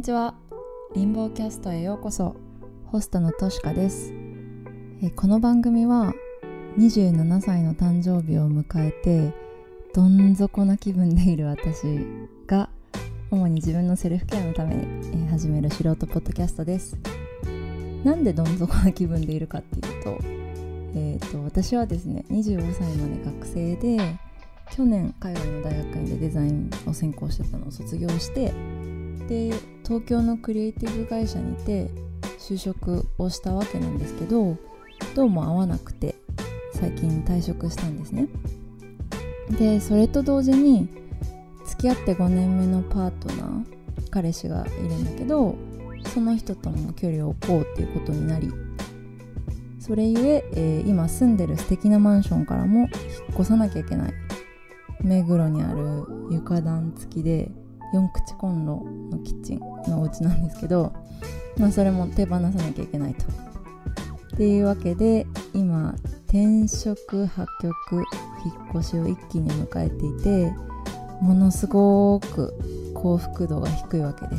ちは。リンボーキャストへようこそ。ホストのとしかです。この番組は27歳の誕生日を迎えてどん底な気分でいる私が主に自分のセルフケアのために始める素人ポッドキャストです。なんでどん底な気分でいるかっていうと、私はですね25歳まで学生で去年海外の大学院でデザインを専攻してたのを卒業して、で東京のクリエイティブ会社にて就職をしたわけなんですけど、どうも合わなくて最近退職したんですね。でそれと同時に付き合って5年目のパートナー彼氏がいるんだけど、その人とも距離を置こうっていうことになり、それゆえ今住んでる素敵なマンションからも引っ越さなきゃいけない。目黒にある床暖付きで4口コンロのキッチンのお家なんですけど、それも手放さなきゃいけないと。っていうわけで今転職破局引っ越しを一気に迎えていて、ものすごく幸福度が低いわけです。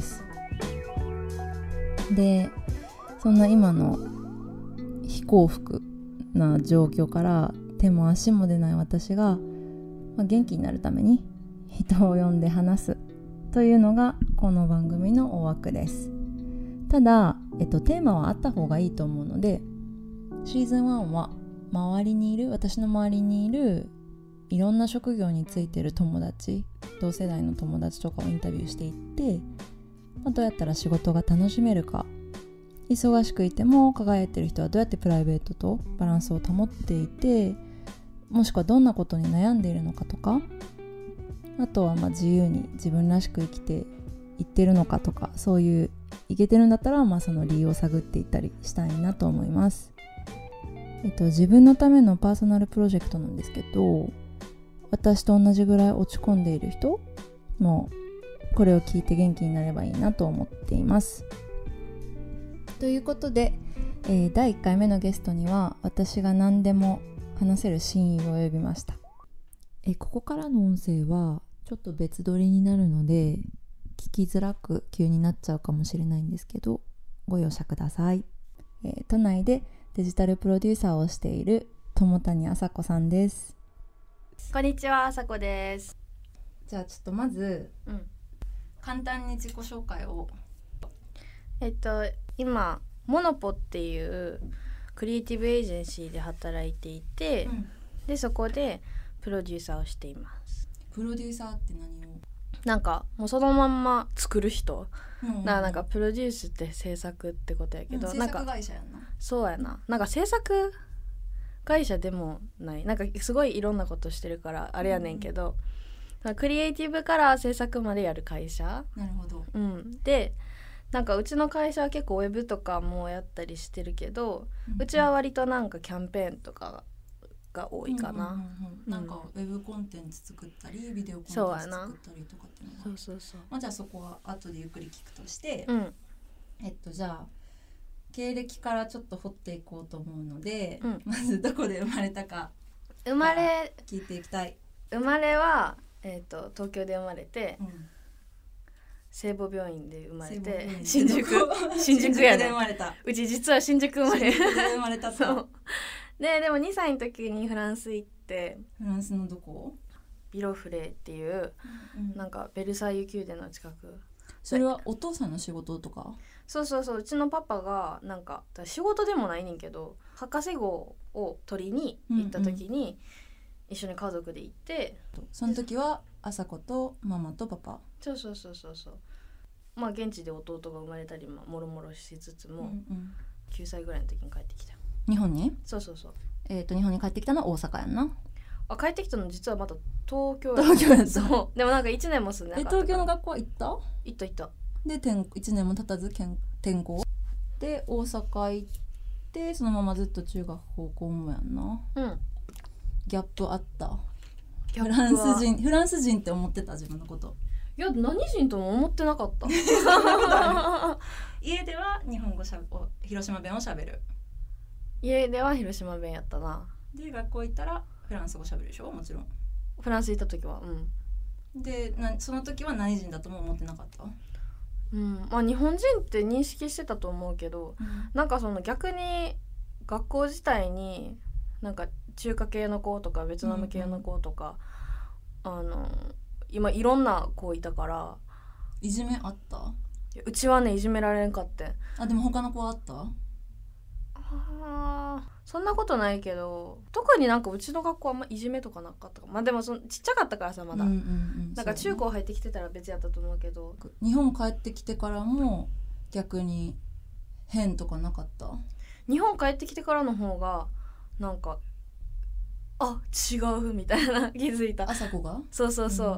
でそんな今の非幸福な状況から手も足も出ない私が、元気になるために人を呼んで話すというのがこの番組の大枠です。ただ、テーマはあった方がいいと思うので、シーズン1は私の周りにいるいろんな職業についてる友達、同世代の友達とかをインタビューしていって、どうやったら仕事が楽しめるか、忙しくいても輝いてる人はどうやってプライベートとバランスを保っていて、もしくはどんなことに悩んでいるのかとか、あとは自由に自分らしく生きていってるのかとか、そういういけてるんだったらその理由を探っていったりしたいなと思います。自分のためのパーソナルプロジェクトなんですけど、私と同じぐらい落ち込んでいる人もこれを聞いて元気になればいいなと思っています。ということで、第1回目のゲストには私が何でも話せる親友を呼びました。ここからの音声はちょっと別撮りになるので聞きづらく急になっちゃうかもしれないんですけど、ご容赦ください。都内でデジタルプロデューサーをしている友谷麻子さんです。 こんにちは、麻子です。 じゃあちょっとまず、簡単に自己紹介を。 今モノポっていうクリエイティブエージェンシーで働いていて、でそこでプロデューサーをしています。 プロデューサーって何を？ なんかもうそのまんま作る人、なんかプロデュースって制作ってことやけど、 制作会社やんな。 そうやな。なんか制作会社でもない、なんかすごいいろんなことしてるからあれやねんけど、クリエイティブから制作までやる会社。 なるほど。 でなんかうちの会社は結構ウェブとかもやったりしてるけど、うちは割となんかキャンペーンとかが多いかな。 なんかウェブコンテンツ作ったりビデオコンテンツ作ったりとかっていうのが、そうじゃあそこは後でゆっくり聞くとして、じゃあ経歴からちょっと掘っていこうと思うので、まずどこで生まれたか聞いていきたい。 生まれは、東京で生まれて、聖母病院で生まれて、新宿やね。うち実は新宿生まれたそうでも2歳の時にフランス行って。 フランスのどこ？ ビロフレーっていう、なんかベルサイユ宮殿の近く。 それはお父さんの仕事とか？ そううちのパパがなんか仕事でもないねんけど、博士号を取りに行った時に一緒に家族で行って、 その時は麻子とママとパパ。 そう現地で弟が生まれたりもろもろしつつも、9歳ぐらいの時に帰ってきた。 日本に？ そう日本に帰ってきたのは大阪やんな。 帰ってきたの実はまた東京やった。そうでもなんか1年も住んでなかった。 東京の学校は行った？ 行ったで1年も経たず転校で大阪行って、そのままずっと中学高校もやんな。ギャップあった？フランス人って思ってた自分のこと？ いや何人とも思ってなかった家では日本語広島弁をしゃべる。 家では広島弁やったな。 で学校行ったらフランス語しゃべるでしょ。もちろんフランス行った時は。 でその時は何人だとも思ってなかった？ まあ日本人って認識してたと思うけど、なんかその逆に学校自体になんか中華系の子とかベトナム系の子とか、今いろんな子いたから。 いじめあった？ うちはねいじめられんかって。 でも他の子はあった？ そんなことないけど、特になんかうちの学校はあんまいじめとかなかったか。でもちっちゃかったからさまだ、なんか中高入ってきてたら別やったと思うけど、 日本帰ってきてからも逆に変とかなかった？ 日本帰ってきてからの方がなんか違うみたいな気づいた。 朝子が？ そう、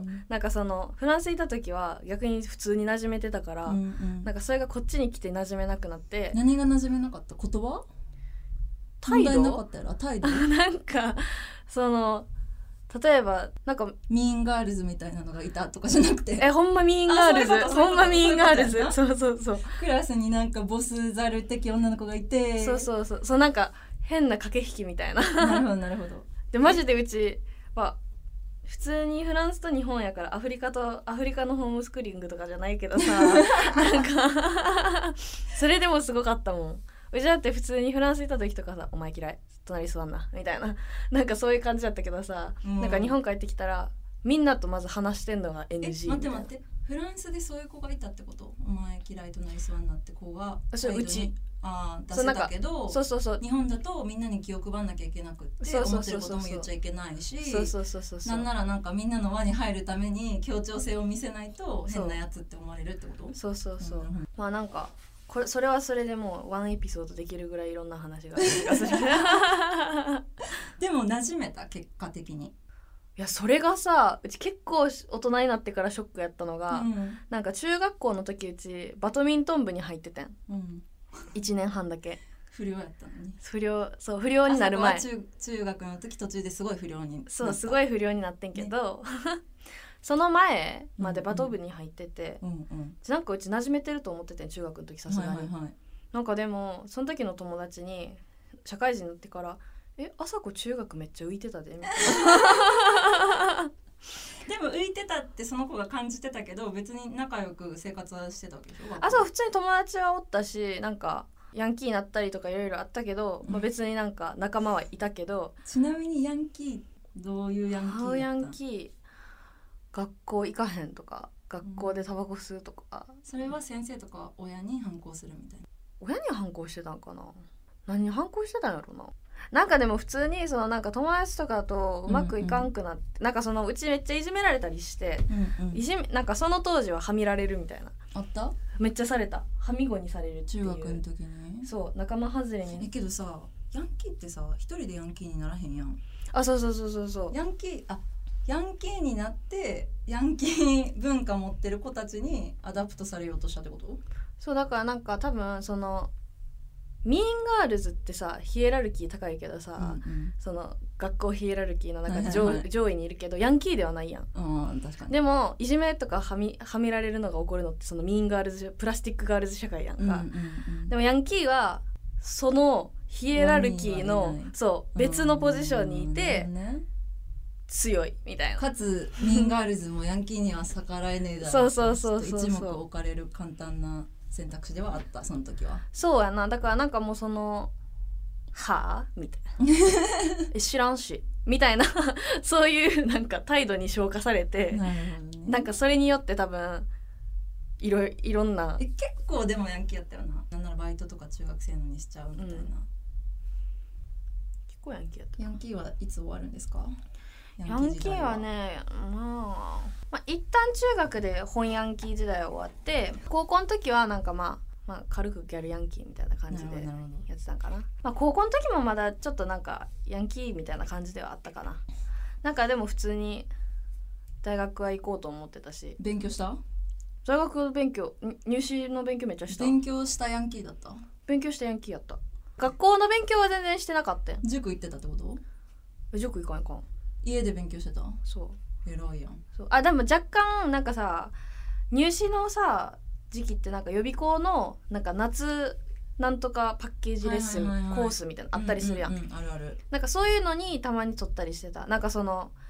なんかそのフランスいた時は逆に普通に馴染めてたから、なんかそれがこっちに来て馴染めなくなって。 何が馴染めなかった？言葉？ 態度？ なかったやろ？態度？ なんかその例えばなんかミーンガールズみたいなのがいたとかじゃなくて、 ほんまミーンガールズ、ほんまミーンガールズ、そうクラスになんかボスザル的女の子がいて、 そうなんか変な駆け引きみたいな。 なるほど。 でマジでうちは普通にフランスと日本やから、アフリカのホームスクーリングとかじゃないけどさなんかそれでもすごかったもん。うちだって普通にフランス行った時とかさ、お前嫌い隣座んなみたいな、なんかそういう感じだったけどさ、なんか日本帰ってきたらみんなとまず話してんのが NG みたいな。 待って、フランスでそういう子がいたってこと？お前嫌い隣座んなって子がうち出せたけど、 そう日本だとみんなに気を配んなきゃいけなくって思ってることも言っちゃいけないし、なんならなんかみんなの輪に入るために協調性を見せないと変なやつって思われるってこと？ そう、まあなんかそれはそれでもうワンエピソードできるぐらいいろんな話がある気がするでも馴染めた？結果的に。 いやそれがさ、うち結構大人になってからショックやったのが、なんか中学校の時うちバドミントン部に入っててん、1年半だけ。 不良やったのに。 不良になる前。 中学の時途中ですごい不良になった。 そう、すごい不良になってんけど、ねその前までバド部に入ってて、なんかうち馴染めてると思っててん、中学の時さすがに、なんかでもその時の友達に社会人になってから朝子中学めっちゃ浮いてたでみたいなでも浮いてたってその子が感じてたけど、別に仲良く生活はしてたわけでしょ？ そう、普通に友達はおったし、なんかヤンキーになったりとかいろいろあったけど、別になんか仲間はいたけど。 ちなみにヤンキーどういうヤンキーやった？ ヤンキー学校行かへんとか、学校でタバコ吸うとか、 それは先生とか親に反抗するみたいな。 親に反抗してたんかな。何に反抗してたんやろな。なんかでも普通にそのなんか友達とかとうまくいかんくなって、なんかそのうちめっちゃいじめられたりして、なんかその当時ははみられるみたいな。 あった？ めっちゃされた。はみごにされるっていう。 中学の時に？ そう、仲間外れに。 けどさ、ヤンキーってさ一人でヤンキーにならへんやん。 そう。ヤンキーになってヤンキー文化持ってる子たちにアダプトされようとしたってこと？そう、 だからなんか多分そのミーンガールズってさヒエラルキー高いけどさ、その学校ヒエラルキーの中で上位にいるけど、ヤンキーではないやん。 確かに。 でもいじめとかはみられるのが起こるのってそのミーンガールズ、プラスティックガールズ社会やんか、でもヤンキーはそのヒエラルキーの別のポジションにいて強いみたいな。 かつミーンガールズもヤンキーには逆らえねえだろう。そう一目置かれる簡単な選択肢ではあった、その時は。 そうやな。だからなんかもうそのはぁみたいな知らんしみたいなそういうなんか態度に昇華されて、なんかそれによって多分いろんな結構でもヤンキーやったよな。なんならバイトとか中学生のにしちゃうみたいな、 結構ヤンキーやった。 ヤンキーはいつ終わるんですか？ ヤンキーはね、まあ一旦中学で本ヤンキー時代終わって、高校の時はなんかまあ軽くギャルヤンキーみたいな感じでやってたんかな。高校の時もまだちょっとなんかヤンキーみたいな感じではあったかな。なんかでも普通に大学は行こうと思ってたし。 勉強した？ 大学勉強、入試の勉強めっちゃした。 勉強したヤンキーだった？ 勉強したヤンキーやった。学校の勉強は全然してなかったよ。 塾行ってたってこと？ 塾行かんかん。 家で勉強してた？ そう。 偉いやん。 そう。でも若干なんかさ、入試のさ時期ってなんか予備校のなんか夏なんとかパッケージレッスン、コースみたいなあったりするやん。 あるある。 なんかそういうのにたまに取ったりしてた。なんかその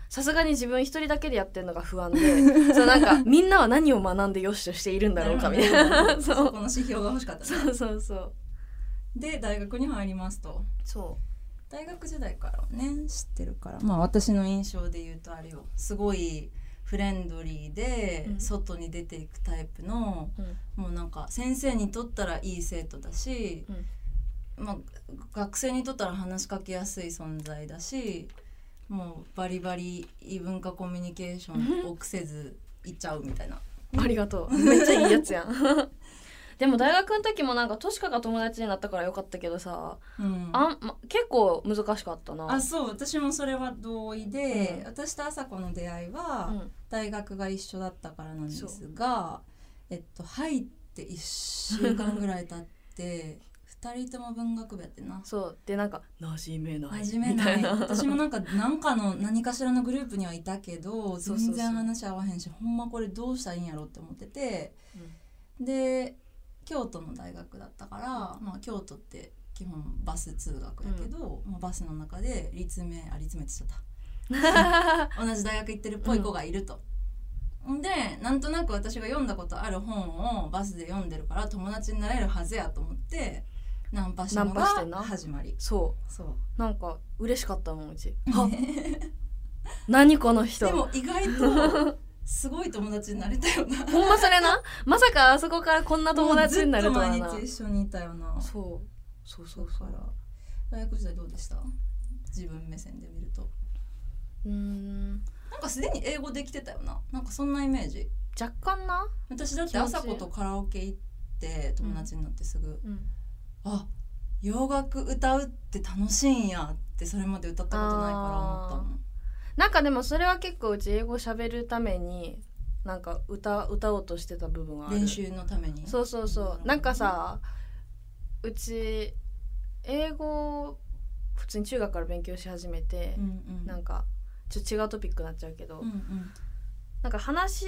さすがに自分一人だけでやってるのが不安でそうなんかみんなは何を学んでよしとしているんだろうかみたいなそこの指標が欲しかったね。 そうそうそうで大学に入りますと。 そう大学時代からね知ってるから、まあ私の印象で言うとあれよ、すごいフレンドリーで外に出ていくタイプの、もうなんか先生にとったらいい生徒だし、まあ、学生にとったら話しかけやすい存在だし、もうバリバリ異文化コミュニケーションを癖ずいっちゃうみたいなありがとうめっちゃいいやつやんでも大学の時もなんかトシカが友達になったからよかったけどさ、結構難しかったな。 あ、そう私もそれは同意で、私と朝子の出会いは大学が一緒だったからなんですが、入って1週間ぐらい経って2人とも文学部やってな。 そうでなんか馴染めない私もなんかの何かしらのグループにはいたけど全然話合わへんし、ほんまこれどうしたらいいんやろって思ってて、で京都の大学だったから、まあ、京都って基本バス通学やけど、まあ、バスの中で立命って言っちゃった同じ大学行ってるっぽい子がいると、でなんとなく私が読んだことある本をバスで読んでるから友達になれるはずやと思ってナンパしたのが始まり。 そうなんか嬉しかったもんうち何この人。 でも意外とすごい友達になれたよなほんまそれな、まさかあそこからこんな友達になるとはな。 ずっと毎日一緒にいたよな。 そうから大学時代どうでした？自分目線で見ると。なんかすでに英語できてたよな。なんかそんなイメージ。 若干な。 私だって朝子とカラオケ行って友達になってすぐ、あ、洋楽歌うって楽しいんやってそれまで歌ったことないから思ったもん。 なんかでもそれは結構うち英語喋るためになんか歌おうとしてた部分はある。 練習のために。 そうなんかさ、うち英語普通に中学から勉強し始めて、なんかちょっと違うトピックになっちゃうけど、なんか話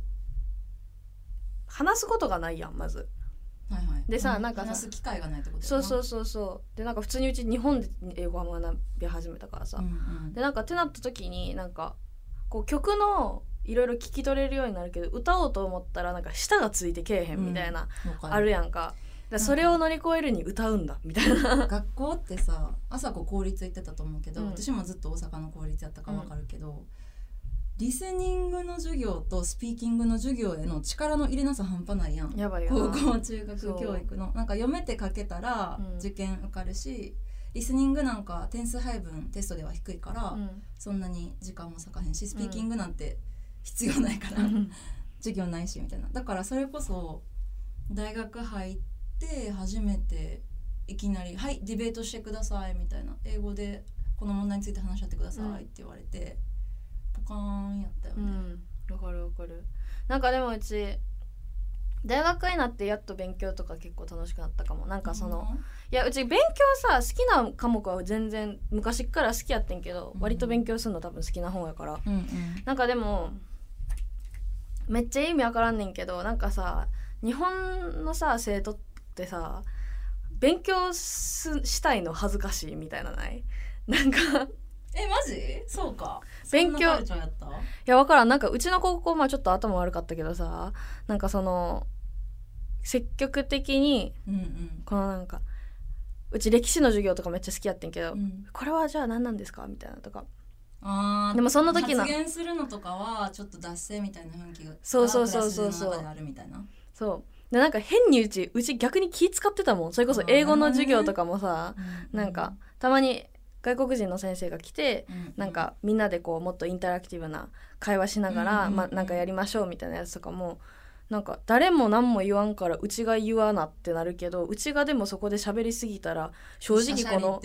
すことがないやんまず。でさ、なんか話す機会がないってことだよな。そうでなんか普通にうち日本で英語を学び始めたからさ、でなんかってなった時になんかこう曲のいろいろ聞き取れるようになるけど歌おうと思ったらなんか舌がついてけえへんみたいな、あるやんか。それを乗り越えるに歌うんだみたいな。 学校ってさ、朝子公立行ってたと思うけど、私もずっと大阪の公立やったから分かるけど、リスニングの授業とスピーキングの授業への力の入れなさ半端ないやん。 やばいよな。 高校中学教育のなんか読めて書けたら受験受かるし、リスニングなんか点数配分テストでは低いから、そんなに時間も割かへんし、スピーキングなんて必要ないから、授業ないしみたいな。だからそれこそ大学入って初めていきなりはいディベートしてくださいみたいな、英語でこの問題について話し合ってくださいって言われて、ポカーンやったよね。 わかる。なんかでもうち大学になってやっと勉強とか結構楽しくなったかも。なんかその、いやうち勉強さ好きな科目は全然昔から好きやってんけど、割と勉強するの多分好きな方やから、なんかでもめっちゃ意味わからんねんけど、なんかさ日本のさ生徒ってさ勉強したいの恥ずかしいみたいなない？なんかマジ？そうか。 勉強そんなカルチャーやった？ いや分からん。なんかうちの高校ちょっと頭悪かったけどさ、なんかその積極的に、このなんかうち歴史の授業とかめっちゃ好きやってんけど、これはじゃあ何なんですかみたいなとか。でもその時の発言するのとかはちょっと脱線みたいな雰囲気がそうクラスの中であるみたいな。 そうでなんか変にうち逆に気使ってたもん。それこそ英語の授業とかもさ、なんかたまに外国人の先生が来て、なんかみんなでこうもっとインタラクティブな会話しながら、なんかやりましょうみたいなやつとかも、なんか誰も何も言わんからうちが言わなってなるけど、うちがでもそこで喋りすぎたら正直この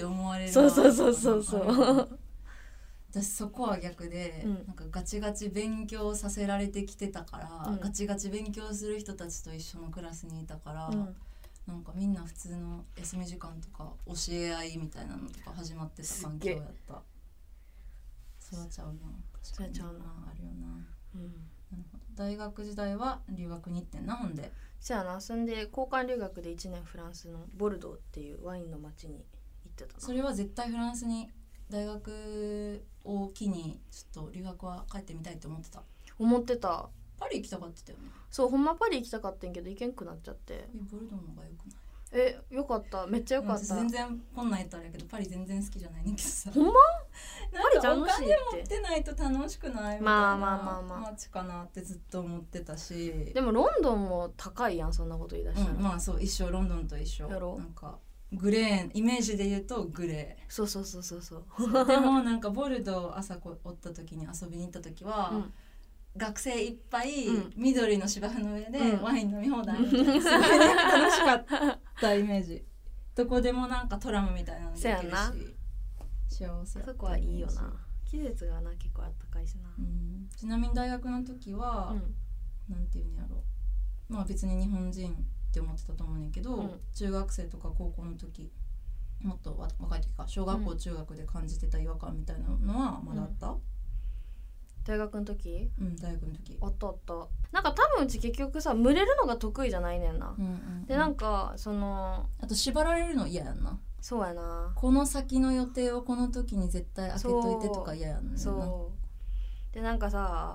そう私そこは逆で、なんかガチガチ勉強させられてきてたから、ガチガチ勉強する人たちと一緒のクラスにいたから、なんかみんな普通の休み時間とか教え合いみたいなのとか始まってた環境やった。それはちゃうな。 それはちゃうな。 あるよな。なるほど。大学時代は留学に行ってんな。ほんでそうやな。そんで交換留学で1年フランスのボルドーっていうワインの町に行ってたな。 それは絶対フランスに大学を機にちょっと留学は帰ってみたいと思ってた？ 思ってた。 パリ行きたかったよね。 そうほんまパリ行きたかったんけど行けんくなっちゃって。 ボルドーの方がよくない？ よかった、めっちゃよかった。 全然こんなん言ったらやけどパリ全然好きじゃないねんけどさ。 ほんま？ なんかお金持ってないと楽しくないみたいな街かなってずっと思ってたし。 でもロンドンも高いやん、そんなこと言い出したら。 まあそう、一緒、ロンドンと一緒やろ。なんかグレー、イメージで言うとグレー。 そう。 でもなんかボルドー朝おった時に遊びに行った時は、学生いっぱい、緑の芝生の上でワイン飲み放題みたいな、すごい楽しかったイメージ。どこでもなんかトラムみたいなのできるし、幸せ。 そこはいいよな。季節がな結構あったかいしな。 ちなみに大学の時は、なんていうんやろう、まあ別に日本人って思ってたと思うねんけど、中学生とか高校の時、もっと若い時か、小学校、中学で感じてた違和感みたいなのはまだあった？ 大学の時？ 大学の時あった。なんか多分うち結局さ、群れるのが得意じゃないねんな。でなんかそのあと縛られるの嫌やんな。 そうやな。 この先の予定をこの時に絶対開けといてとか嫌やんねんな。 そうでなんかさ、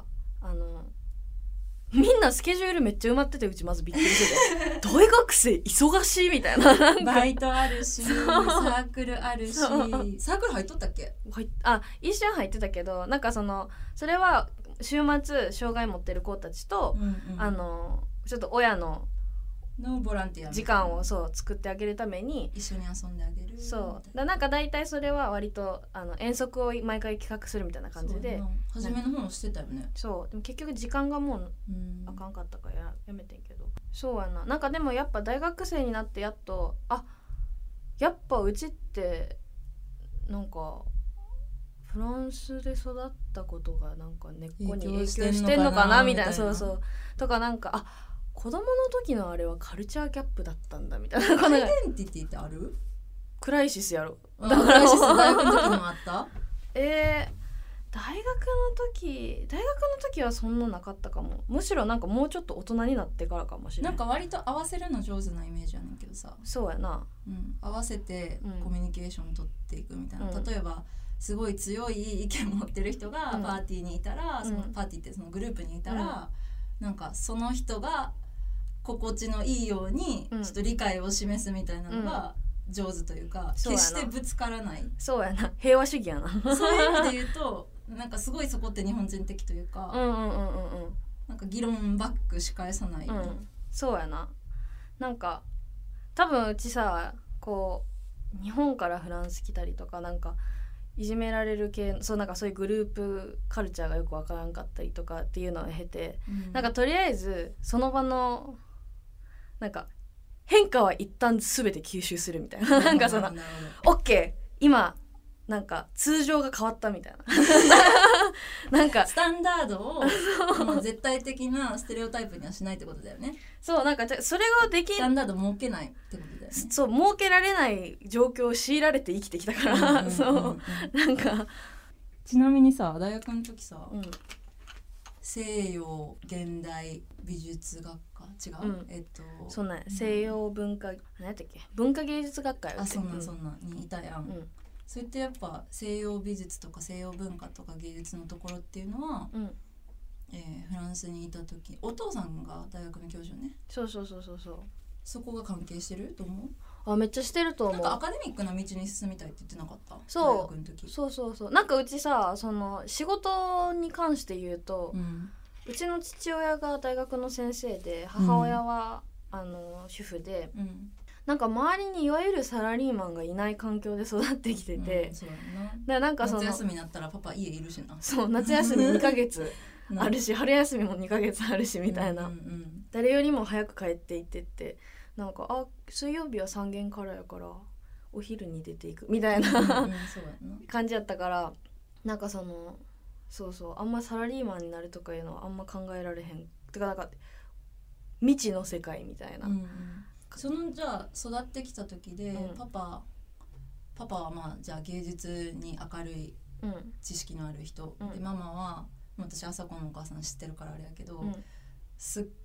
みんなスケジュールめっちゃ埋まってて、うちまずびっくりしてて大学生忙しいみたいな。 バイトあるしサークルあるし。サークル入っとったっけ？ 一瞬入ってたけど、なんかそれは週末障害持ってる子たちと、ちょっと親のボランティア時間を作ってあげるために一緒に遊んであげる。 そうなんか大体それは割と遠足を毎回企画するみたいな感じで初めの方してたよね。 そうでも結局時間がもうあかんかったからやめてんけど。そうやな。なんかでもやっぱ大学生になってやっとやっぱうちってなんかフランスで育ったことがなんか根っこに影響してんのかなみたいな。そうとかなんか子供の時のあれはカルチャーギャップだったんだみたいな。 アイデンティティってある？ クライシスやろ。 クライシス大学の時もあった？ 大学の時はそんななかったかも。むしろなんかもうちょっと大人になってからかもしれない。 なんか割と合わせるの上手なイメージやねんけどさ。 そうやな、 合わせてコミュニケーション取っていくみたいな、例えばすごい強い意見持ってる人がパーティーにいたら、そのパーティーってそのグループにいたら、なんかその人が心地のいいようにちょっと理解を示すみたいなのが上手というか、決してぶつからない。 そうやな、平和主義やな。 そういう意味で言うとなんかすごいそこって日本人的というか、なんか議論バックし返さない、 そうやな。なんか多分うちさ、こう日本からフランス来たりとか、なんかいじめられる系、なんかそういうグループカルチャーがよくわからんかったりとかっていうのを経て、なんかとりあえずその場のなんか変化は一旦全て吸収するみたいな、なんかそのオッケー今なんか通常が変わったみたいななんかスタンダードをもう絶対的なステレオタイプにはしないってことだよね。 そうなんかそれができスタンダード設けないってことだよね。 そう設けられない状況を強いられて生きてきたからそうなんかちなみにさ大学の時さ、西洋現代美術学科違う、 そんな西洋文化何やったっけ文化芸術学科やっけ。 そんなにいたやん、それってやっぱ西洋美術とか西洋文化とか芸術のところっていうのは、フランスにいた時お父さんが大学の教授ね。 そうそこが関係してると思う？ めっちゃしてると思う。 なんかアカデミックな道に進みたいって言ってなかった？ そう大学の時。 そうなんかうちさその仕事に関して言うと、うちの父親が大学の先生で母親は、主婦で、なんか周りにいわゆるサラリーマンがいない環境で育ってきてて、 そうやな。 でなんかその夏休みになったらパパ家いるしな。 そう夏休み2ヶ月あるし春休みも2ヶ月あるしみたいな、誰よりも早く帰っていってってなんか水曜日は3限からやからお昼に出ていくみたいな感じやったから、なんかそうあんまサラリーマンになるとかいうのはあんま考えられへんてか、なんか未知の世界みたいな、 そのじゃあ育ってきた時で、パパはまあじゃあ芸術に明るい知識のある人、でママは私朝子のお母さん知ってるからあれやけど、すっ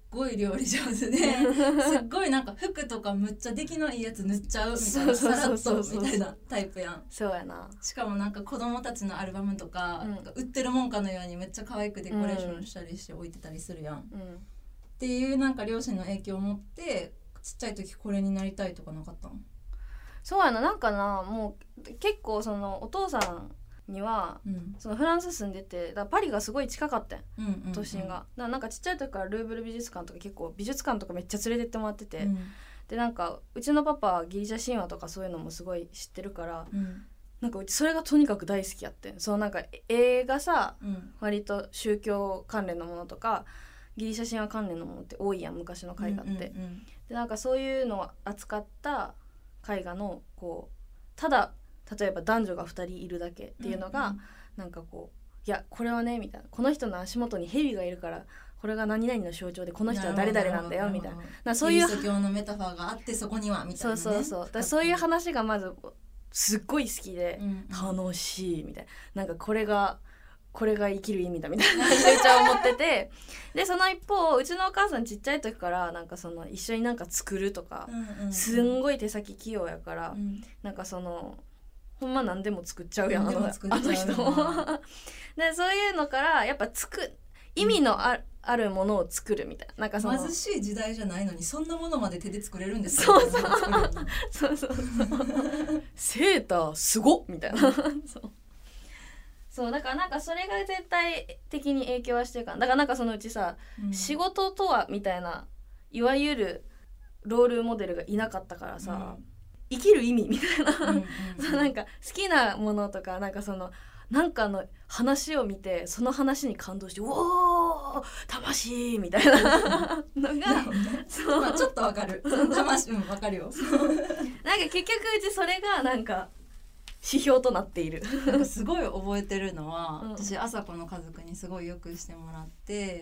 ごい料理上手ですっごいなんか服とかむっちゃ出来のいいやつ塗っちゃうみたいな、さらっとみたいなタイプやん。 そうやな。 しかもなんか子供たちのアルバムとか、売ってるもんかのようにめっちゃ可愛くデコレーションしたりして置いてたりするやん、っていうなんか両親の影響を持ってちっちゃい時これになりたいとかなかったの？ そうやな、なんかな、もう結構そのお父さんには、そのフランス住んでて、だからパリがすごい近かったん、都心が。だからなんかちっちゃい時からルーブル美術館とか結構美術館とかめっちゃ連れてってもらってて、でなんかうちのパパはギリシャ神話とかそういうのもすごい知ってるから、なんかうちそれがとにかく大好きやって、そのなんか映画さ、割と宗教関連のものとかギリシャ神話関連のものって多いやん、昔の絵画って、でなんかそういうのを扱った絵画のこうただ例えば男女が2人いるだけっていうのが、なんかこういやこれはねみたいな、この人の足元に蛇がいるからこれが何々の象徴でこの人は誰々なんだよみたいな、そういうキリスト教のメタファーがあってそこにはみたいな、ね、 そうだそういう話がまずすっごい好きで、楽しいみたいな、なんかこれが生きる意味だみたいなめっちゃ思っててでその一方うちのお母さんちっちゃい時からなんかその一緒になんか作るとか、すんごい手先器用やから、なんかそのほんま何でも作っちゃうやん、あの人でそういうのからやっぱ意味のあるものを作るみたいな、なんかその貧しい時代じゃないのにそんなものまで手で作れるんですか？そうセーターすごっみたいなそうだからなんかそれが絶対的に影響はしてるから、だからなんかそのうちさ、仕事とはみたいないわゆるロールモデルがいなかったからさ、生きる意味みたいなそうなんか好きなものとかなんかそのなんかの話を見てその話に感動してうおー魂みたいなのがそう、まあ、ちょっとわかる魂わかるよなんか結局うちそれがなんか指標となっているなんかすごい覚えてるのは、私朝子の家族にすごいよくしてもらって、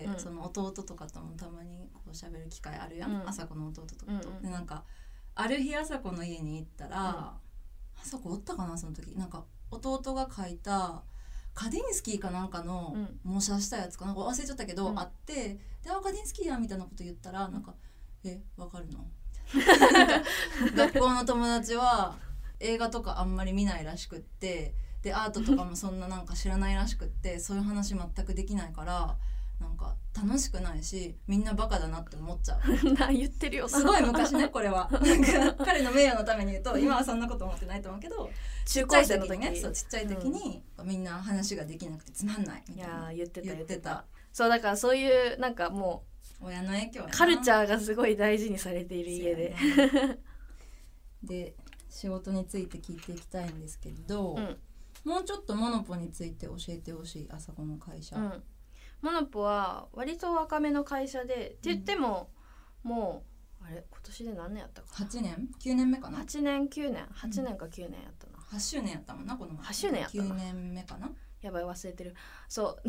その弟とかともたまにこう喋る機会あるやん、朝子の弟とかと、でなんかある日朝子の家に行ったら、朝子おったかなその時、なんか弟が描いたカディンスキーかなんかの模写したやつかなんか忘れちゃったけど、あってでカディンスキーやみたいなこと言ったらなんかわかるの学校の友達は映画とかあんまり見ないらしくって、でアートとかもそんななんか知らないらしくってそういう話全くできないからなんか楽しくないしみんなバカだなって思っちゃう言ってるよな、 すごい昔ねこれはなんか彼の名誉のために言うと今はそんなこと思ってないと思うけど中高生の時ね、そうちっちゃい時に、みんな話ができなくてつまんないみたいな言ってたそうだからそういうなんかもう親の影響やな、 カルチャーがすごい大事にされている家でで仕事について聞いていきたいんですけど、もうちょっとモノポについて教えてほしい。朝子の会社、 モノポは割と若めの会社で、って言ってももうあれ今年で何年やったかな、 8年9年目かな、 8年9年8年か9年やったな、 8周年やったもんなこの前、 8周年やったな、 9年目かな、 やばい忘れてる、そう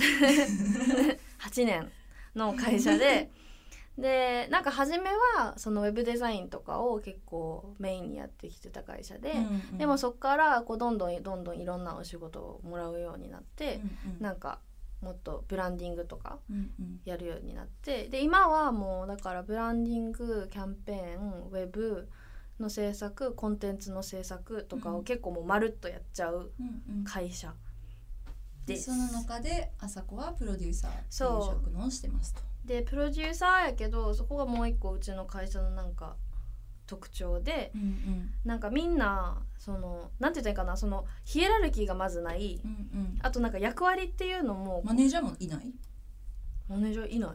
8年の会社ででなんか初めはそのウェブデザインとかを結構メインにやってきてた会社で、でもそこからこうどんどんいろんなお仕事をもらうようになって、なんかもっとブランディングとかやるようになって、で今はもうだからブランディング、キャンペーン、ウェブの制作、コンテンツの制作とかを結構もうまるっとやっちゃう会社です。 その中で朝子はプロデューサーっていう職能をしてますと。 でプロデューサーやけどそこがもう一個うちの会社のなんか特徴で、なんかみんなそのなんて言ったらいいかな、そのヒエラルキーがまずない、あとなんか役割っていうのもマネージャーもいない、 マネージャーいない、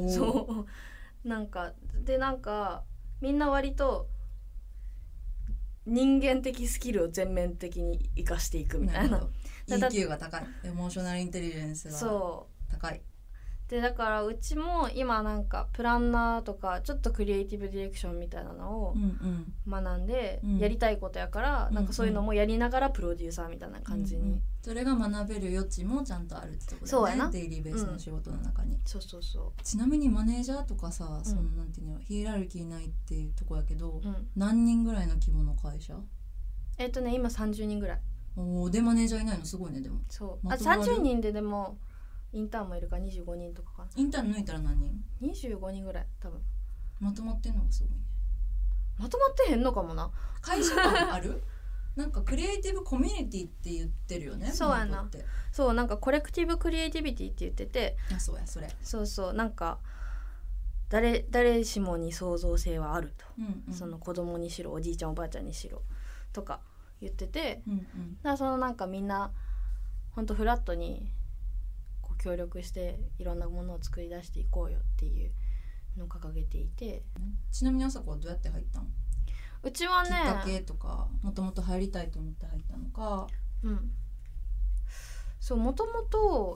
そうなんかでなんかみんな割と人間的スキルを全面的に生かしていくみたいな、 EQ が高い、エモーショナルインテリジェンスが高い。 でだからうちも今なんかプランナーとかちょっとクリエイティブディレクションみたいなのを学んでやりたいことやから、なんかそういうのもやりながらプロデューサーみたいな感じに、 それが学べる余地もちゃんとあるってことだよね、デイリーベースの仕事の中に、 そうちなみにマネージャーとかさ、そのなんていうのヒエラルキーないっていうとこやけど、何人ぐらいの規模の会社？ 今30人ぐらい。 でマネージャーいないのすごいね。でもそう30人でもインターンもいるから25人とかかな。 インターン抜いたら何人 ？25人ぐらい多分。 まとまってんのがすごいね。 まとまってへんのかもな。 会社があるなんかクリエイティブコミュニティって言ってるよね。 そうやな。そうなんかコレクティブクリエイティビティって言ってて、 あ、そうやそれ。 そうそうなんか誰しもに創造性はあると、うんうん、その子供にしろおじいちゃんおばあちゃんにしろとか言ってて、うんうん、だからそのなんかみんなほんとフラットにこう協力していろんなものを作り出していこうよっていうのを掲げていて。 ちなみにあさこはどうやって入ったの？ うちはね、きっかけとかもともと入りたいと思って入ったのか。 うん、そうもともと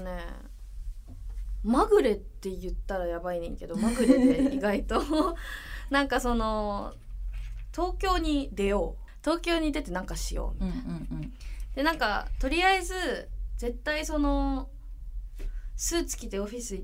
まぐれって言ったらやばいねんけど、まぐれで意外となんかその東京に出よう、東京に出てなんかしようみたいな、うんうんうん、でなんかとりあえず絶対そのスーツ着てオフィス行って、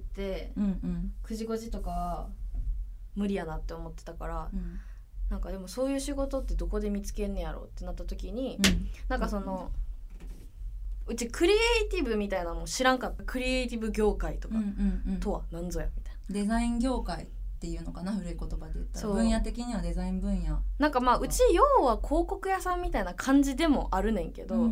うんうん、9時5時とかは無理やなって思ってたから、うん、なんかでもそういう仕事ってどこで見つけんねやろってなった時に、うん、なんかその、うちクリエイティブみたいなのも知らんかった。クリエイティブ業界とかとは何ぞやみたいな、 デザイン業界っていうのかな、古い言葉で言ったら。分野的にはデザイン分野なんかまあうち要は広告屋さんみたいな感じでもあるねんけど、うんうん、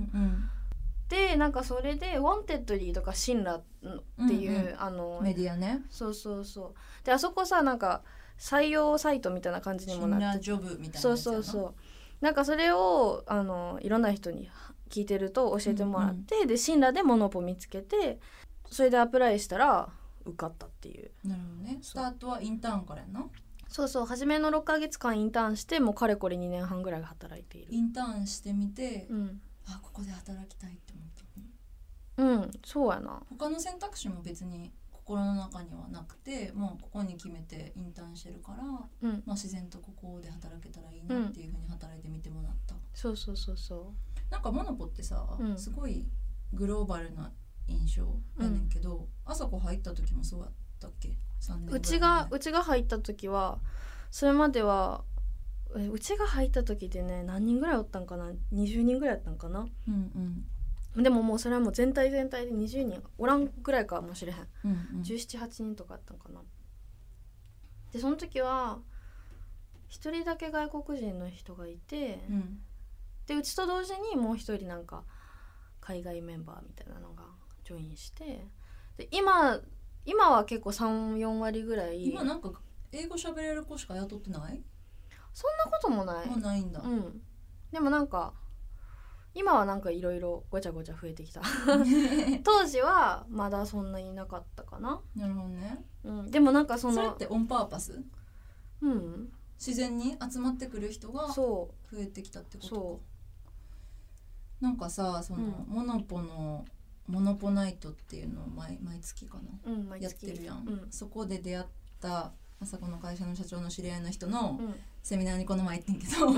でなんかそれでウォンテッドリーとかシンラっていう、うんうん、 メディアね。 そうそうそう。であそこさなんか採用サイトみたいな感じにもなって、 シンラジョブみたいな。 そうそうそう。なんかそれをいろんな人に聞いてると教えてもらって、うんうん、でシンラでモノポ見つけて、それでアプライしたら受かったっていう。 なるほどね。スタートはインターンからやな。 そうそう、初めの6ヶ月間インターンして、もうかれこれ2年半ぐらい働いている。 インターンしてみて、うん、あ、ここで働きたいって思ったの？うん、そうやな。 他の選択肢も別に心の中にはなくて、もうここに決めてインターンしてるから、うんまあ、自然とここで働けたらいいなっていう風に働いてみてもらった、うん、 そうそうそうそう。 なんかモノポってさ、うん、すごいグローバルな印象やねんけど、あさこ入った時もそうやったっけ？3年ぐらい。 うちが入った時はそれまではうちが入った時でね、何人ぐらいおったんかな、20人ぐらいやったんかな、うんうん、でももうそれはもう全体で20人おらんぐらいかもしれへん、うんうん、17、8人とかやったんかな。でその時は一人だけ外国人の人がいて、うん、でうちと同時にもう一人なんか海外メンバーみたいなのがジョインして、で今は結構 3,4 割ぐらい。 今なんか英語喋れる子しか雇ってない？ そんなこともない。 もうないんだ、 うん、でもなんか今はなんかいろいろごちゃごちゃ増えてきた当時はまだそんなになかったかな。 なるほどね、 うん、でもなんかそれってオンパーパス？ うん、 自然に集まってくる人が増えてきたってことか。そうなんかさ、その、うん、モノポナイトっていうのを毎月かな、うん、やってるやん、うん、そこで出会ったあさこの会社の社長の知り合いの人のセミナーにこの前行ってんけど、うん、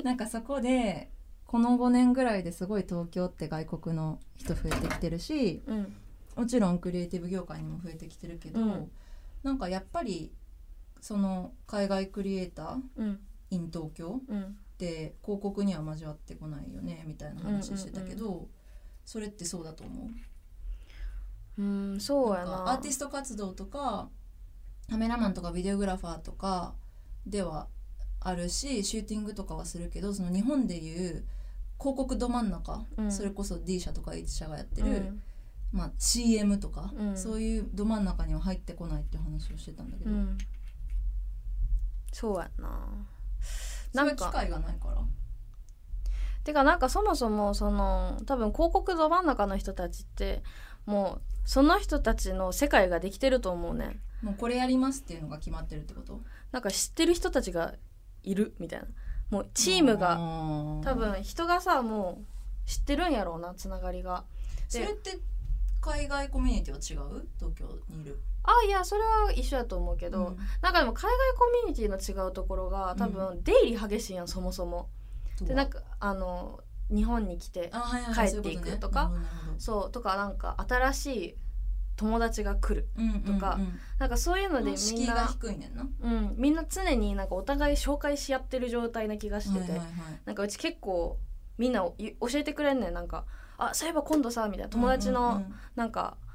なんかそこでこの5年ぐらいですごい東京って外国の人増えてきてるし、うん、もちろんクリエイティブ業界にも増えてきてるけど、うん、なんかやっぱりその海外クリエイター、in 東京、って広告には交わってこないよねみたいな話してたけど、うんうんうん、それってそうだと思う？ そうやな。 アーティスト活動とかカメラマンとかビデオグラファーとかではあるし、シューティングとかはするけど、その日本でいう広告ど真ん中、うん、それこそ D 社とか H 社がやってる、うんまあ、CM とか、うん、そういうど真ん中には入ってこないっていう話をしてたんだけど、うん、 そうやな。 そういう機会がないから。 てかなんかそもそもその多分広告ど真ん中の人たちってもうその人たちの世界ができてると思うね。 もうこれやりますっていうのが決まってるってこと？ なんか知ってる人たちがいるみたいな、もうチームが多分人がさもう知ってるんやろうな、つながりが。 それって海外コミュニティは違う？東京にいる？ いやそれは一緒だと思うけど、うん、なんかでも海外コミュニティの違うところが多分出入り激しいやん、そもそも。でなんか日本に来て帰っていくとか、そうとかなんか新しい友達が来るとか、なんかそういうのでみんな敷居が低いねんな、 うん、みんな常になんかお互い紹介し合ってる状態な気がしてて、なんかうち結構みんな教えてくれんねん。なんかそういえば今度さみたいな、友達のなんか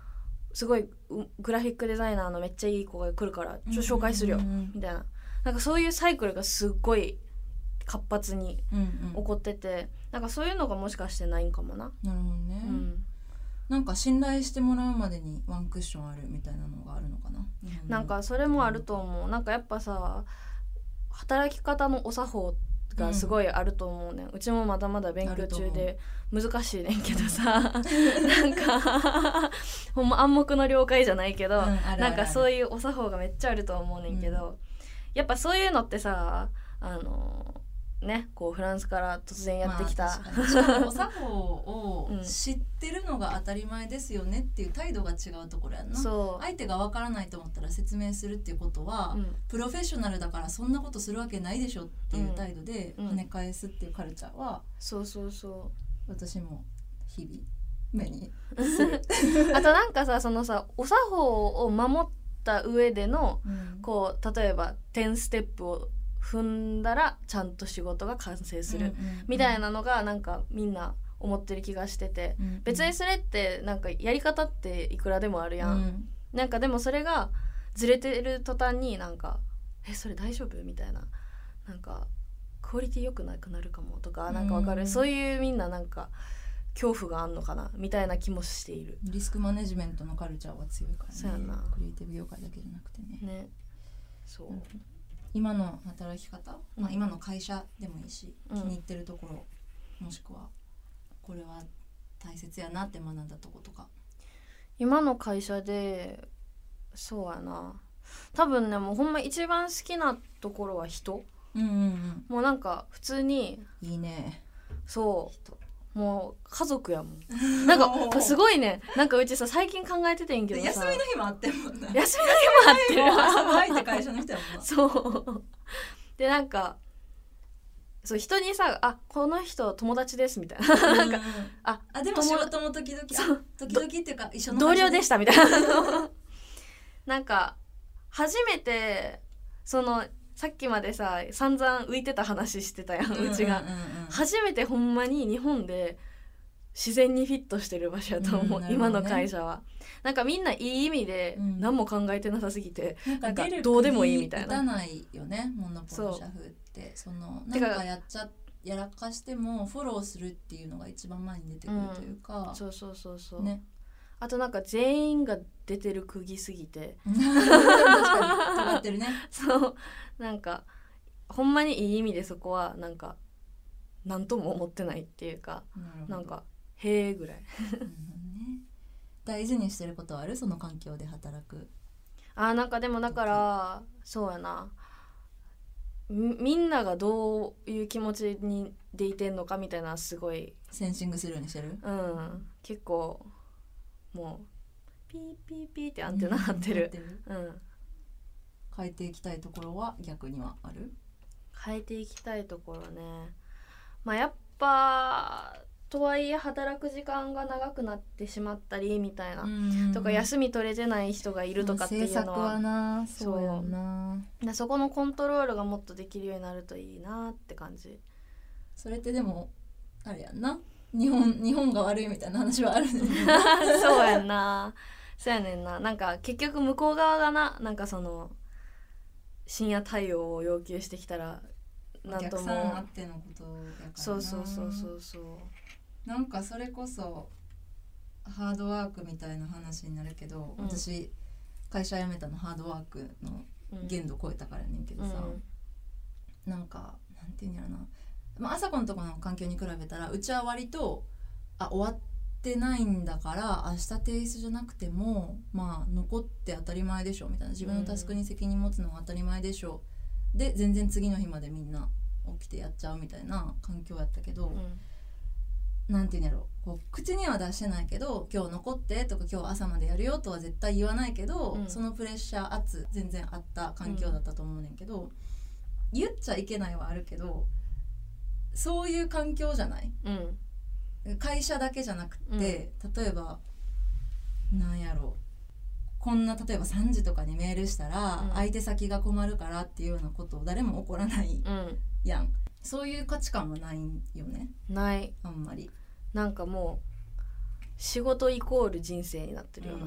すごいグラフィックデザイナーのめっちゃいい子が来るからちょっと紹介するよ、みたいな、なんかそういうサイクルがすっごい活発に起こってて、なんかそういうのがもしかしてないんかもな。 なるほどね、なんか信頼してもらうまでにワンクッションあるみたいなのがあるのかな。 なんかそれもあると思う。なんかやっぱさ、働き方のお作法がすごいあると思うね、うちもまだまだ勉強中で難しいねんけどさなんかほんま暗黙の了解じゃないけど、なんかそういうお作法がめっちゃあると思うねんけど、やっぱそういうのってさ、ね、こうフランスから突然やってきた、 しかもお作法を知ってるのが当たり前ですよねっていう態度が違うところやんな。相手が分からないと思ったら説明するっていうことは、プロフェッショナルだからそんなことするわけないでしょっていう態度で跳ね返すっていうカルチャーは、 そう私も日々目にするあとなんかさ、そのさお作法を守った上での、こう例えば10ステップを踏んだらちゃんと仕事が完成するみたいなのがなんかみんな思ってる気がしてて、別にそれってなんかやり方っていくらでもあるやん、なんかでもそれがずれてる途端になんかそれ大丈夫みたいな、なんかクオリティ良くなくなるかもとか、なんかわかる、そういうみんななんか恐怖があんのかなみたいな気もしている。 リスクマネジメントのカルチャーは強いからね。 そうやな、 クリエイティブ業界だけじゃなくてね。 そう、 今の働き方、今の会社でもいいし、気に入ってるところ、もしくはこれは大切やなって学んだとことか。 今の会社でそうやな、多分ね、もうほんま一番好きなところは人、もうなんか普通にいいね、 そうもう家族やもんなんかすごいね、なんかうちさ最近考えててんけどさ、 休みの日もあってもんな、 休みの日もあってる朝も入って会社の人やもんなそうでなんかそう人にさ、この人友達ですみたいななんかでも仕事も時々時々っていうか一緒の同僚でしたみたいななんか初めてそのさっきまでさ散々浮いてた話してたやん、うちが、初めてほんまに日本で自然にフィットしてる場所やと思う、今の会社は。なんかみんないい意味で何も考えてなさすぎて、なんかどうでもいいみたいな。 打たないよね、モノポル社風って。そのなんかやらかしてもフォローするっていうのが一番前に出てくるというか、 そうね。 あとなんか全員が出てる釘すぎて確かに尖ってるねそうなんかほんまにいい意味でそこはなんか何とも思ってないっていうか、なんかへえぐらい大事にしてることはある、その環境で働く。 なんかでもだからそうやな、みんながどういう気持ちでいてんのかみたいな、すごいセンシングするようにしてる。 結構もうピーピーピーってアンテナ張ってる。 変えていきたいところは逆にはある？ 変えていきたいところね、やっぱとはいえ働く時間が長くなってしまったりみたいな、とか休み取れてない人がいるとかっていうのは、 制作はな、そうやな、 そこのコントロールがもっとできるようになるといいなって感じ。 それってでもあれやんな、日本が悪いみたいな話はあるねそうやんな、そうやねんな。なんか結局向こう側がなんかその深夜対応を要求してきたらなんとも、お客さんあってのことやからな。そうなんかそれこそハードワークみたいな話になるけど、私会社辞めたのハードワークの限度超えたからやねんけどさ、なんかなんていうんやろな、朝子のとこの環境に比べたらうちは割と終わってないんだから明日提出じゃなくても残って当たり前でしょみたいな、自分のタスクに責任持つのが当たり前でしょ、で全然次の日までみんな起きてやっちゃうみたいな環境やったけど、なんていうんやろ、こう口には出してないけど今日残ってとか今日朝までやるよとは絶対言わないけど、そのプレッシャー圧全然あった環境だったと思うねんけど、言っちゃいけないはあるけどそういう環境じゃない、会社だけじゃなくて、例えばなんやろ、こんな例えば3時とかにメールしたら相手先が困るからっていうようなことを誰も起こらないやん、そういう価値観はないよね。 ない、 あんまり。 なんかもう仕事イコール人生になってるような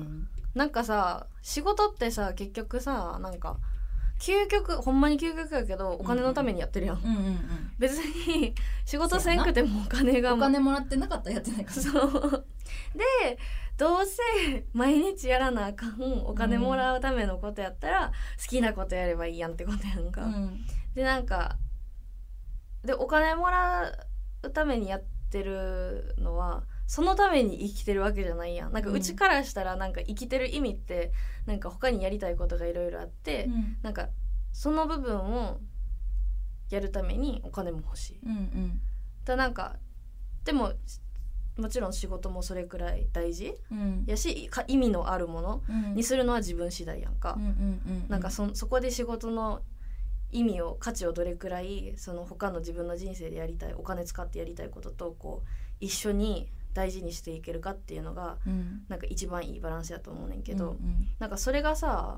なんかさ仕事ってさ結局さなんか究極ほんまに究極やけどお金のためにやってるやん、うんうんうん、別に仕事せんくてもお金がお金もらってなかったらやってないからそうでどうせ毎日やらなあかんお金もらうためのことやったら好きなことやればいいやんってことやんか、うん、でなんかでお金もらうためにやってるのはそのために生きてるわけじゃないやん。なんかうちからしたらなんか生きてる意味ってなんか他にやりたいことがいろいろあって、うん、なんかその部分をやるためにお金も欲しい、うんうん、だなんかでももちろん仕事もそれくらい大事、うん、やし意味のあるものにするのは自分次第やんか、なんかそこで仕事の意味を価値をどれくらいその他の自分の人生でやりたいお金使ってやりたいこととこう一緒に大事にしていけるかっていうのが、うん、なんか一番いいバランスだと思うねんけど、うんうん、なんかそれがさ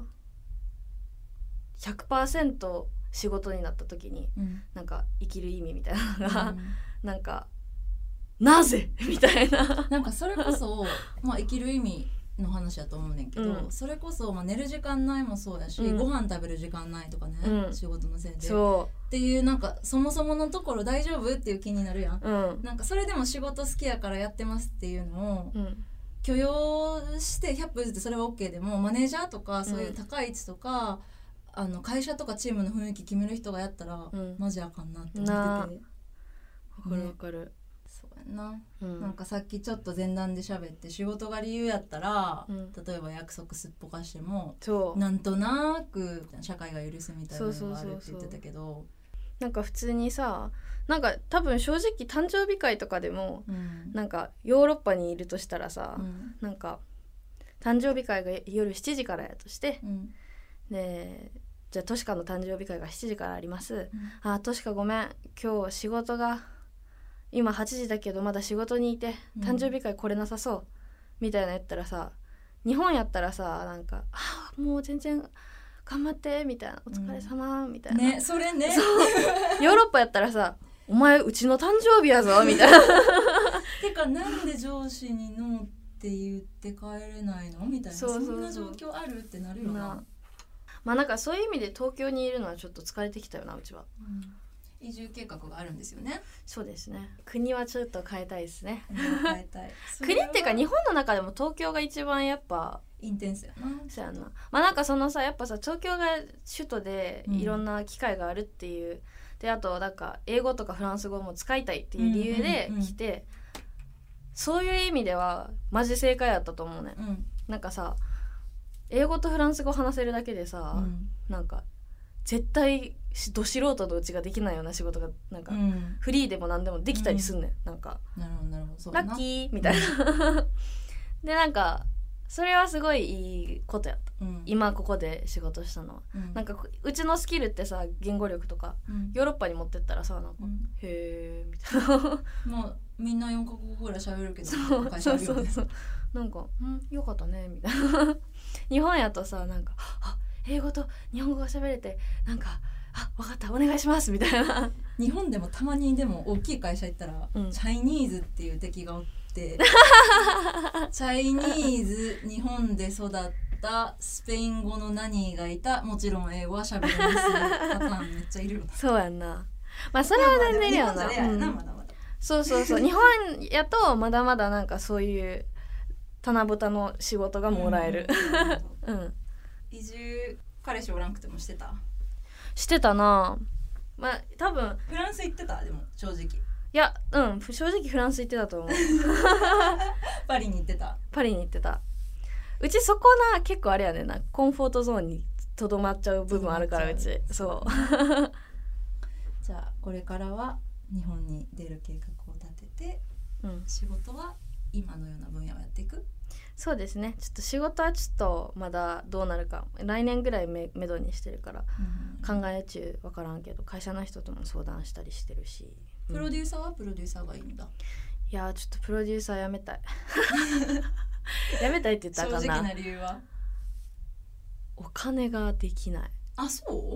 100% 仕事になった時に、うん、なんか生きる意味みたいなのが、うん、なんかなぜみたいななんかそれこそ、まあ、生きる意味の話だと思うねんけど、うん、それこそ、まあ、寝る時間ないもそうやし、うん、ご飯食べる時間ないとかね、うん、仕事のせいでっていうなんかそもそものところ大丈夫っていう気になるやん、うん、なんかそれでも仕事好きやからやってますっていうのを、許容して100歩譲ってそれは OK でもマネージャーとかそういう高い位置とか、会社とかチームの雰囲気決める人がやったら、マジあかんなって思ってて、 わかるわかる、 そうやな、なんかさっきちょっと前段で喋って仕事が理由やったら、例えば約束すっぽかしてもなんとなく社会が許すみたいなのがあるって言ってたけど、 なんか普通にさなんか多分正直誕生日会とかでも、なんかヨーロッパにいるとしたらさ、なんか誕生日会が夜7時からやとして、でじゃあトシカの誕生日会が7時からあります、あトシカごめん今日仕事が今8時だけどまだ仕事にいて誕生日会来れなさそう、みたいなやったらさ日本やったらさなんかもう全然頑張ってみたいなお疲れ様みたいな、 ねそれねヨーロッパやったらさお前うちの誕生日やぞみたいなてかなんで上司にノーって言って帰れないのみたいな、そんな状況あるってなるよな。 まあなんかそういう意味で東京にいるのはちょっと疲れてきたよなうちは、 移住計画があるんですよね。 そうですね、国はちょっと変えたいですね変えたい国っていうか日本の中でも東京が一番やっぱインテンスやな。 そうやな、まあなんかそのさやっぱさ東京が首都でいろんな機会があるっていう、であとなんか英語とかフランス語も使いたいっていう理由で来て、そういう意味ではマジ正解だったと思うね、なんかさ英語とフランス語話せるだけでさ、なんか絶対ど素人のうちができないような仕事がなんか、フリーでも何でもできたりすんねん、なんかなるほどなるほど、 ラッキーみたいなでなんかそれはすごいいいことやった、今ここで仕事したのは、なんかうちのスキルってさ言語力とか、ヨーロッパに持ってったらさなんか、へーみたいなもうみんな4カ国語ぐらい喋るけどそうなんかよかったねみたいな日本やとさなんか英語と日本語が喋れてなんか分かったお願いしますみたいな日本でもたまにでも大きい会社行ったら、チャイニーズっていう敵がおってチャイニーズ日本で育ったスペイン語の何がいたもちろん英語は喋れますパターンめっちゃいるよなそうやんな、まあそれは全然いいよな、そう日本やとまだまだなんかそういう棚ぼたの仕事がもらえる、 移住彼氏おらんくてもしてたな。まあ多分フランス行ってたでも正直いや正直フランス行ってたと思うパリに行ってたうちそこな結構あれやねんなコンフォートゾーンにとどまっちゃう部分あるからうちそうじゃあこれからは日本に出る計画を立てて、仕事は今のような分野をやっていく。 そうですね、ちょっと仕事はちょっとまだどうなるか来年ぐらいめどにしてるから、考え中分からんけど会社の人とも相談したりしてるし、 プロデューサーはプロデューサーがいいんだ。 いやちょっとプロデューサーやめたいやめたいって言ったらあかんな。 正直な理由はお金ができない。 あ、そう？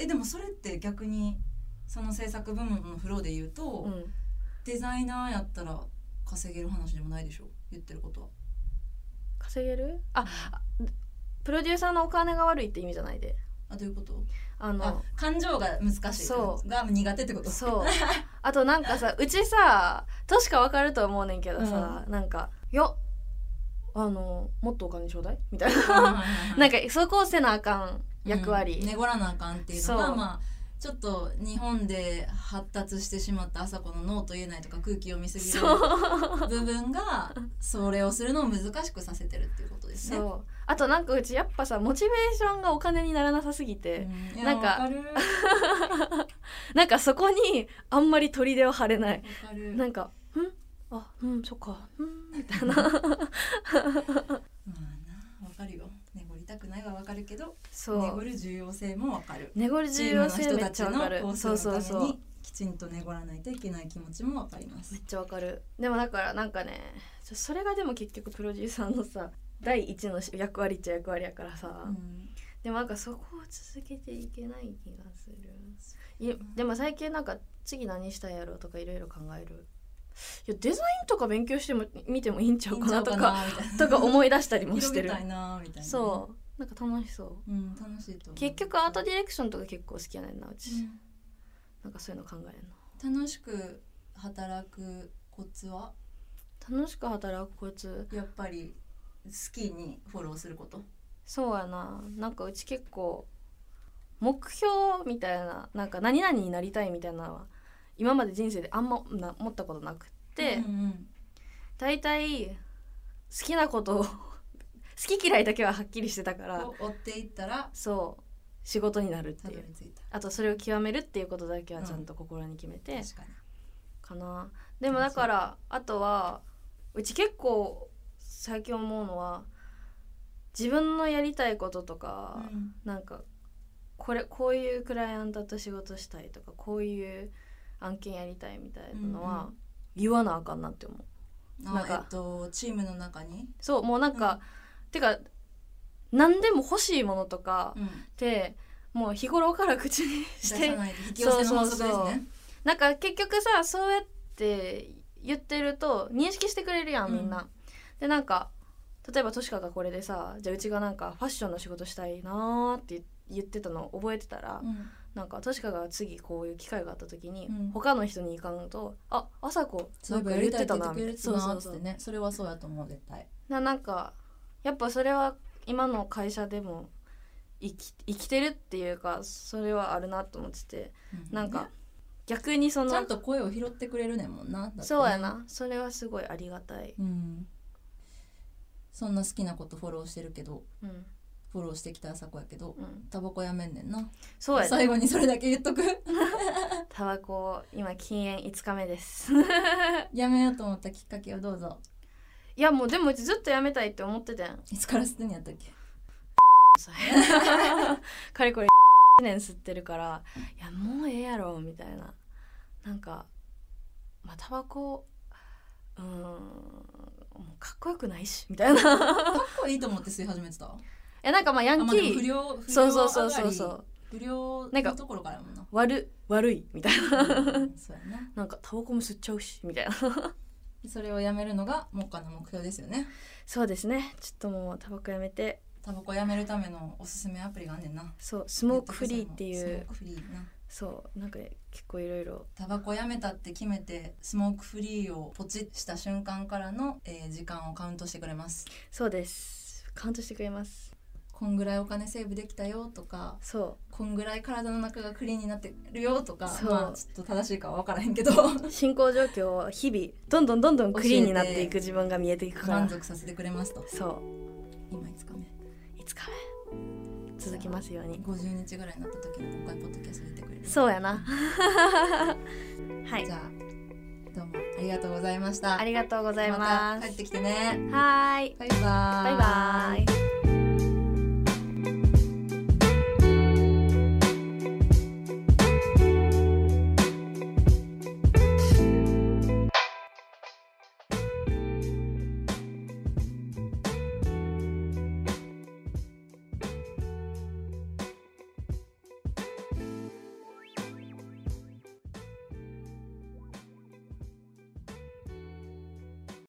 でもそれって逆にその制作部門のフローで言うと、デザイナーやったら稼げる話でもないでしょ、言ってることは。 稼げる？プロデューサーのお金が悪いって意味じゃないで。 どういうこと？感情が難しいが苦手ってこと？ そうあとなんかさ、うちさとしか分かると思うねんけどさ、なんかいやもっとお金ちょうだいみたいななんかそこをせなあかん役割、 ねごらなあかんっていうのがまあちょっと日本で発達してしまった朝子のノーと言えないとか空気読みすぎる部分がそれをするのを難しくさせてるっていうことですね。 そうあとなんかうちやっぱさモチベーションがお金にならなさすぎて、なんかなんかそこにあんまり砦を張れない。なんかそっかみたいなまあな、わかるよ。ねごりたくないはわかるけど、ねごる重要性もわかる。 ねごる重要性めっちゃわかる。 そうそうそう。きちんとねごらないといけない気持ちもわかります。 めっちゃわかる。でもだからなんかね、それがでも結局プロデューサーのさ第一の役割っちゃ役割やからさ、でもなんかそこを続けていけない気がする。でも最近なんか次何したいやろうとかいろいろ考える。いやデザインとか勉強しても見てもいいんちゃうかなとか思い出したりもしてる。 広げたいなみたいな。 そうなんか楽しそう。 楽しいと思う。 結局アートディレクションとか結構好きやねんなうち。なんかそういうの考えるの。楽しく働くコツは？ 楽しく働くコツ。 やっぱり好きにフォローすること。 そうやな。なんかうち結構目標みたいな、なんか何々になりたいみたいなのは今まで人生であんま持ったことなくって、だいたい好きなことを好き嫌いだけははっきりしてたから追っていったらそう仕事になるっていう。あとそれを極めるっていうことだけはちゃんと心に決めて、かな。でもだからあとはうち結構最近思うのは自分のやりたいこととか、なんかこういうクライアントと仕事したいとかこういう案件やりたいみたいなのは言わなあかんなって思う。 なんかチームの中にそうもうなんか、てか何でも欲しいものとかって、もう日頃から口にしてなんか結局さそうやって言ってると認識してくれるやんみんな、でなんか例えばトシカがこれでさじゃあうちがなんかファッションの仕事したいなって言ってたのを覚えてたら、なんかトシカが次こういう機会があった時に、他の人に行かんと朝子なんか言ってたなみたいな。 それはそうやと思う絶対。 なんかやっぱそれは今の会社でも生きてるっていうかそれはあるなと思ってて、なんか逆にそのちゃんと声を拾ってくれるねんもんな。 そうやな。それはすごいありがたい。 そんな好きなことフォローしてるけど、フォローしてきた朝子やけど、タバコやめんねんな。 そうやね。 最後にそれだけ言っとくタバコ今禁煙5日目ですやめようと思ったきっかけをどうぞ。 いやもうでもずっとやめたいって思ってたやん。 いつから吸ってんやったっけかれこれ年吸ってるから、いやもうええやろみたいな。なんかまあタバコもうかっこよくないしみたいなかっこいいと思って吸い始めてた。 なんかまあヤンキー不良そう不良のところからやもんな。 悪いみたいなそうやな。 なんかタバコも吸っちゃうしみたいなそれをやめるのが目下の目標ですよね。 そうですね。ちょっともうタバコやめて。 タバコやめるためのおすすめアプリがあんねんな。 そうスモークフリーっていう。 スモークフリーな。 そうなんか結構いろいろタバコやめたって決めてスモークフリーをポチッした瞬間からの、時間をカウントしてくれます。 そうですカウントしてくれます。 こんぐらいお金セーブできたよとか、 そうこんぐらい体の中がクリーンになってるよとか、まあちょっと正しいかは分からへんけど進行状況を日々どんどんクリーンになっていく自分が見えていくから満足させてくれますと。 そう今5日目続きますように。 50日ぐらいになった時に今回ポッドキャスト出てくれる。 そうやなはい。 じゃあどうもありがとうございました。 ありがとうございます。 また帰ってきてね。 はい。 バイバーイ。 バイバーイ。